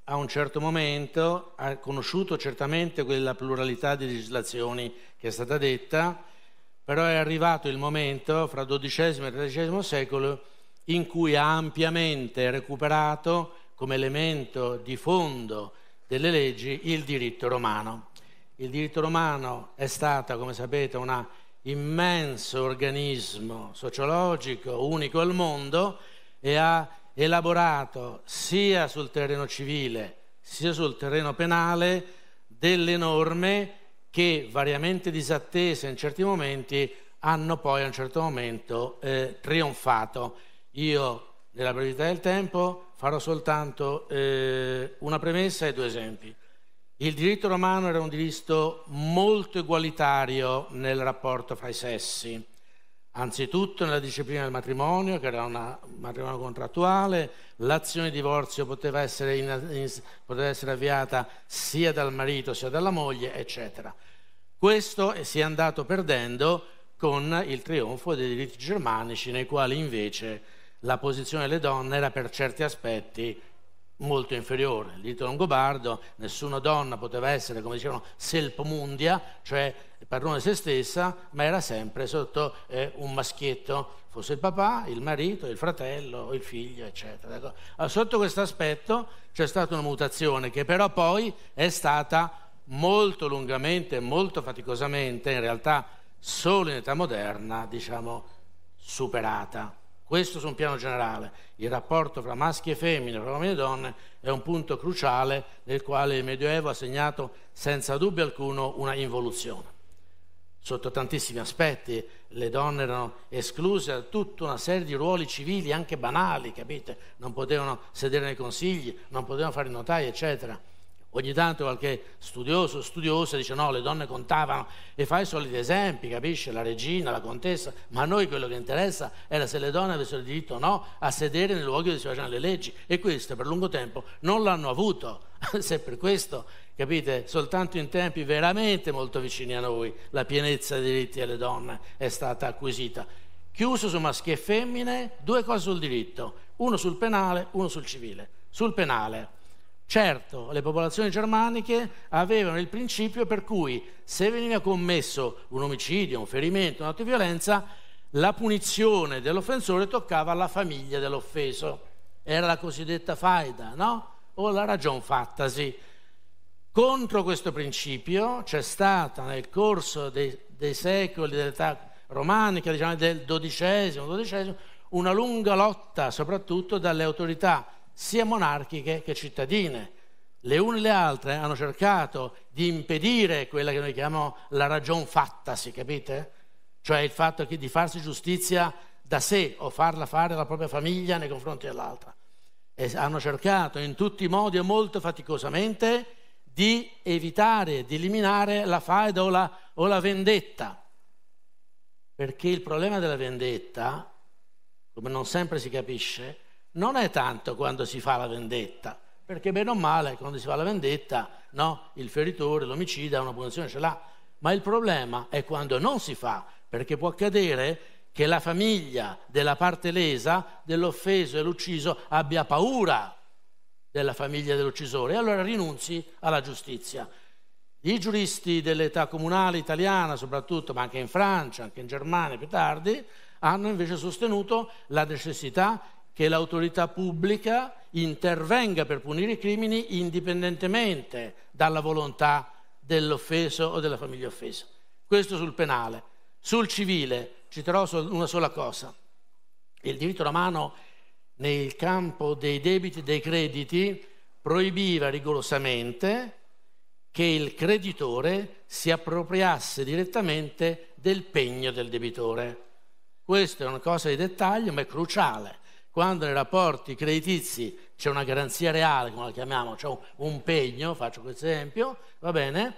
a un certo momento ha conosciuto certamente quella pluralità di legislazioni che è stata detta, però è arrivato il momento, fra dodicesimo e tredicesimo secolo, in cui ha ampiamente recuperato come elemento di fondo delle leggi il diritto romano. Il diritto romano è stato, come sapete, un immenso organismo sociologico unico al mondo e ha elaborato sia sul terreno civile sia sul terreno penale delle norme che, variamente disattese in certi momenti, hanno poi a un certo momento eh, trionfato. Io, nella brevità del tempo, farò soltanto eh, una premessa e due esempi. Il diritto romano era un diritto molto egualitario nel rapporto fra i sessi, anzitutto nella disciplina del matrimonio, che era un matrimonio contrattuale. L'azione di divorzio poteva essere, in, in, poteva essere avviata sia dal marito sia dalla moglie, eccetera. Questo si è andato perdendo con il trionfo dei diritti germanici, nei quali invece la posizione delle donne era per certi aspetti molto inferiore. Il diritto longobardo, nessuna donna poteva essere, come dicevano, selpomundia, cioè padrona di se stessa, ma era sempre sotto eh, un maschietto, fosse il papà, il marito, il fratello, il figlio, eccetera. Allora, sotto questo aspetto c'è stata una mutazione che però poi è stata molto lungamente, molto faticosamente, in realtà solo in età moderna, diciamo, superata. Questo su un piano generale. Il rapporto fra maschi e femmine, fra uomini e donne, è un punto cruciale nel quale il Medioevo ha segnato senza dubbio alcuno una involuzione. Sotto tantissimi aspetti le donne erano escluse da tutta una serie di ruoli civili anche banali, capite? Non potevano sedere nei consigli, non potevano fare i notai, eccetera. Ogni tanto qualche studioso o studiosa dice no, le donne contavano, e fa i soliti esempi, capisce? La regina, la contessa, ma a noi quello che interessa era se le donne avessero il diritto o no a sedere nei luoghi dove si facevano le leggi, e queste per lungo tempo non l'hanno avuto. Se per questo, capite, soltanto in tempi veramente molto vicini a noi la pienezza dei diritti delle donne è stata acquisita. Chiuso su maschi e femmine, due cose sul diritto, uno sul penale, uno sul civile. Sul penale, certo, le popolazioni germaniche avevano il principio per cui se veniva commesso un omicidio, un ferimento, un atto di violenza, la punizione dell'offensore toccava alla famiglia dell'offeso. Era la cosiddetta faida, no? O la ragion fattasi. Contro questo principio c'è stata nel corso dei, dei secoli dell'età romanica, diciamo del dodicesimo, dodicesimo, una lunga lotta soprattutto dalle autorità sia monarchiche che cittadine. Le une e le altre hanno cercato di impedire quella che noi chiamiamo la ragion fattasi, capite? Cioè il fatto che di farsi giustizia da sé o farla fare alla propria famiglia nei confronti dell'altra. E hanno cercato in tutti i modi e molto faticosamente di evitare, di eliminare la faida o la, o la vendetta. Perché il problema della vendetta, come non sempre si capisce, non è tanto quando si fa la vendetta, perché bene o male quando si fa la vendetta, no, il feritore, l'omicida, una punizione ce l'ha, ma il problema è quando non si fa, perché può accadere che la famiglia della parte lesa, dell'offeso e dell'ucciso, abbia paura della famiglia dell'uccisore e allora rinunzi alla giustizia. I giuristi dell'età comunale italiana soprattutto, ma anche in Francia, anche in Germania più tardi, hanno invece sostenuto la necessità che l'autorità pubblica intervenga per punire i crimini indipendentemente dalla volontà dell'offeso o della famiglia offesa. Questo sul penale. Sul civile citerò una sola cosa. Il diritto romano nel campo dei debiti e dei crediti proibiva rigorosamente che il creditore si appropriasse direttamente del pegno del debitore. Questa è una cosa di dettaglio, ma è cruciale. Quando nei rapporti creditizi c'è una garanzia reale, come la chiamiamo, c'è un, un pegno, faccio questo esempio, va bene,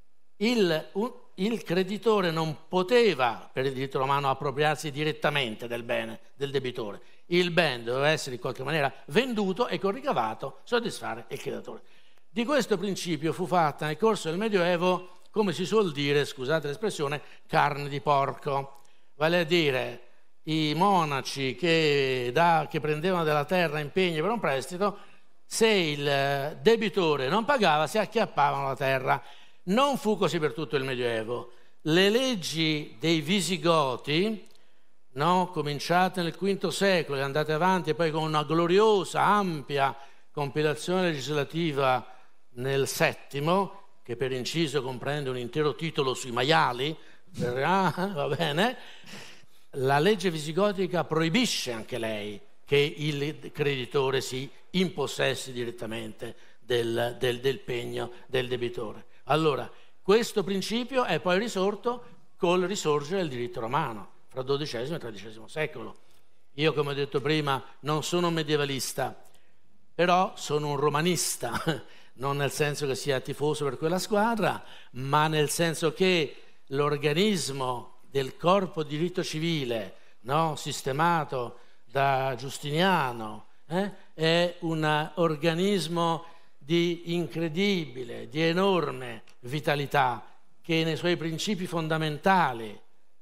il, un, il creditore non poteva, per il diritto romano, appropriarsi direttamente del bene del debitore. Il bene doveva essere in qualche maniera venduto e con ricavato soddisfare il creditore. Di questo principio fu fatta nel corso del Medioevo, come si suol dire, scusate l'espressione, carne di porco, vale a dire i monaci che, da, che prendevano della terra impegni per un prestito se il debitore non pagava si acchiappavano la terra. Non fu così per tutto il Medioevo. Le leggi dei Visigoti, no, cominciate nel quinto secolo e andate avanti, e poi con una gloriosa, ampia compilazione legislativa nel settimo, che per inciso comprende un intero titolo sui maiali, ah, va bene, la legge visigotica proibisce anche lei che il creditore si impossessi direttamente del, del, del pegno del debitore. Allora, questo principio è poi risorto col risorgere del diritto romano, fra dodicesimo e tredicesimo secolo. Io, come ho detto prima, non sono un medievalista, però sono un romanista, non nel senso che sia tifoso per quella squadra, ma nel senso che l'organismo del corpo di diritto civile, no, sistemato da Giustiniano, eh, è un organismo di incredibile, di enorme vitalità, che nei suoi principi fondamentali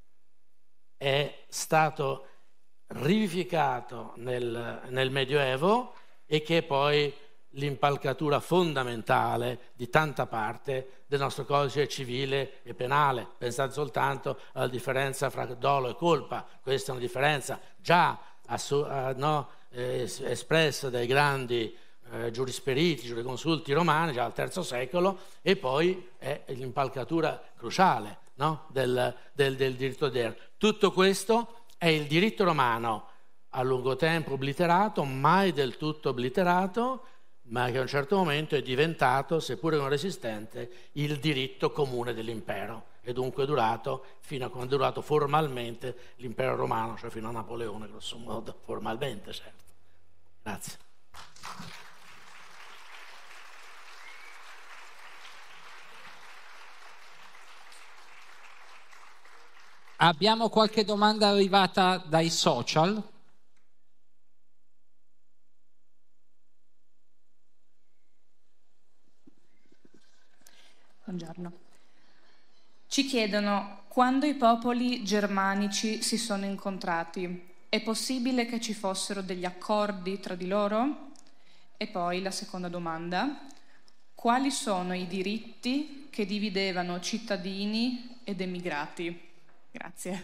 è stato rivivificato nel, nel Medioevo e che è poi l'impalcatura fondamentale di tanta parte del nostro codice civile e penale. Pensate soltanto alla differenza fra dolo e colpa. Questa è una differenza già assu- uh, no, eh, espressa dai grandi eh, giurisperiti, giureconsulti romani già al terzo secolo, e poi è l'impalcatura cruciale, no, del, del, del diritto odierno. Tutto questo è il diritto romano a lungo tempo obliterato, mai del tutto obliterato, ma che a un certo momento è diventato, seppure non resistente, il diritto comune dell'impero, e dunque è durato fino a quando è durato formalmente l'impero romano, cioè fino a Napoleone, grosso modo, formalmente, certo. Grazie. Abbiamo qualche domanda arrivata dai social? Buongiorno. Ci chiedono: quando i popoli germanici si sono incontrati, è possibile che ci fossero degli accordi tra di loro? E poi la seconda domanda: quali sono i diritti che dividevano cittadini ed emigrati? Grazie.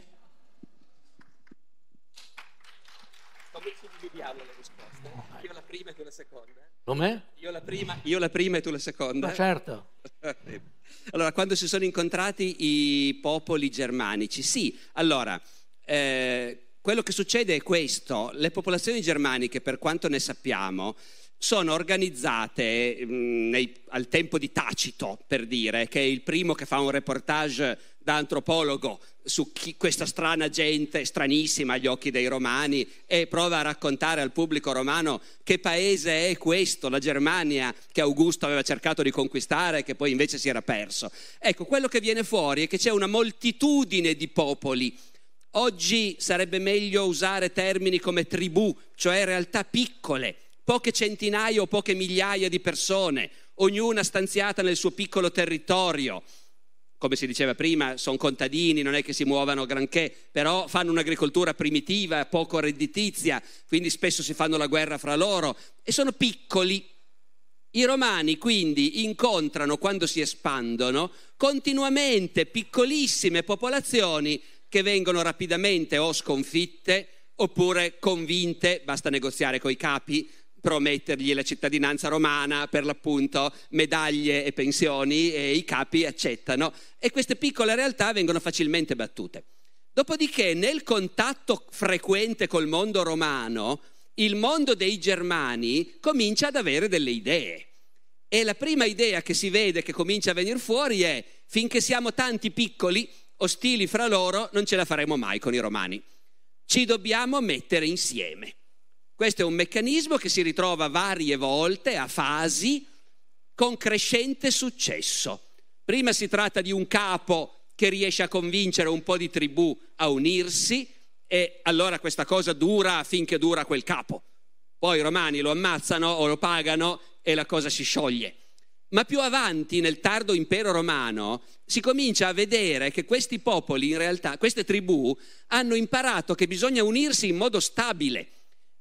Come ci dividiamo le risposte? Io la prima e tu la seconda. Com'è? Io la prima, io la prima e tu la seconda. Ma certo. Allora, quando si sono incontrati i popoli germanici, sì, allora, eh, quello che succede è questo: le popolazioni germaniche, per quanto ne sappiamo, sono organizzate mh, nei, al tempo di Tacito, per dire, che è il primo che fa un reportage da antropologo su chi, questa strana gente, stranissima agli occhi dei romani, e prova a raccontare al pubblico romano che paese è questo, la Germania, che Augusto aveva cercato di conquistare e che poi invece si era perso. Ecco, quello che viene fuori è che c'è una moltitudine di popoli. Oggi sarebbe meglio usare termini come tribù, cioè realtà piccole, poche centinaia o poche migliaia di persone, ognuna stanziata nel suo piccolo territorio. Come si diceva prima, sono contadini, non è che si muovano granché, però fanno un'agricoltura primitiva, poco redditizia, quindi spesso si fanno la guerra fra loro e sono piccoli. I romani quindi incontrano, quando si espandono, continuamente piccolissime popolazioni che vengono rapidamente o sconfitte oppure convinte, basta negoziare coi capi, promettergli la cittadinanza romana, per l'appunto medaglie e pensioni, e i capi accettano, e queste piccole realtà vengono facilmente battute. Dopodiché, nel contatto frequente col mondo romano, il mondo dei germani comincia ad avere delle idee, e la prima idea che si vede che comincia a venire fuori è: finché siamo tanti piccoli, ostili fra loro, non ce la faremo mai con i romani, ci dobbiamo mettere insieme. Questo è un meccanismo che si ritrova varie volte, a fasi, con crescente successo. Prima si tratta di un capo che riesce a convincere un po' di tribù a unirsi, e allora questa cosa dura finché dura quel capo. Poi i romani lo ammazzano o lo pagano e la cosa si scioglie. Ma più avanti, nel tardo impero romano, si comincia a vedere che questi popoli, in realtà, queste tribù, hanno imparato che bisogna unirsi in modo stabile.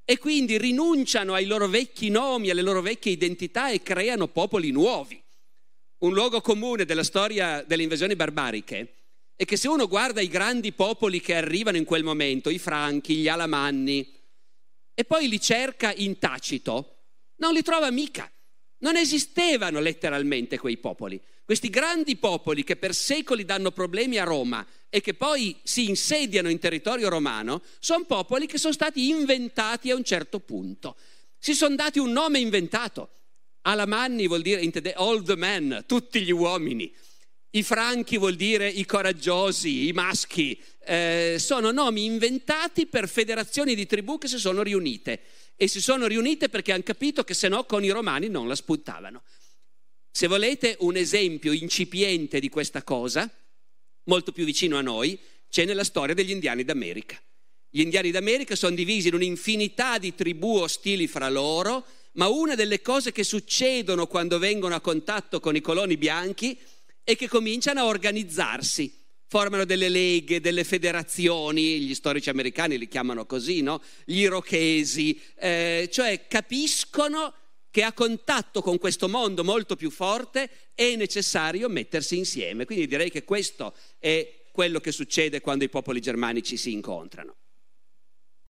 e quindi rinunciano ai loro vecchi nomi, alle loro vecchie identità e creano popoli nuovi. Un luogo comune della storia delle invasioni barbariche è che se uno guarda i grandi popoli che arrivano in quel momento, i Franchi, gli Alamanni, e poi li cerca in Tacito, non li trova mica. Non esistevano letteralmente quei popoli. Questi grandi popoli che per secoli danno problemi a Roma e che poi si insediano in territorio romano, sono popoli che sono stati inventati a un certo punto. Si sono dati un nome inventato. Alamanni vuol dire in tedesco old men, tutti gli uomini. I Franchi vuol dire i coraggiosi, i maschi. Eh, sono nomi inventati per federazioni di tribù che si sono riunite. E si sono riunite perché hanno capito che se no con i romani non la spuntavano. Se volete un esempio incipiente di questa cosa, molto più vicino a noi, c'è nella storia degli indiani d'America. Gli indiani d'America sono divisi in un'infinità di tribù ostili fra loro, ma una delle cose che succedono quando vengono a contatto con i coloni bianchi è che cominciano a organizzarsi. Formano delle leghe, delle federazioni, gli storici americani li chiamano così, no? Gli irochesi, eh, cioè capiscono che a contatto con questo mondo molto più forte è necessario mettersi insieme. Quindi direi che questo è quello che succede quando i popoli germanici si incontrano.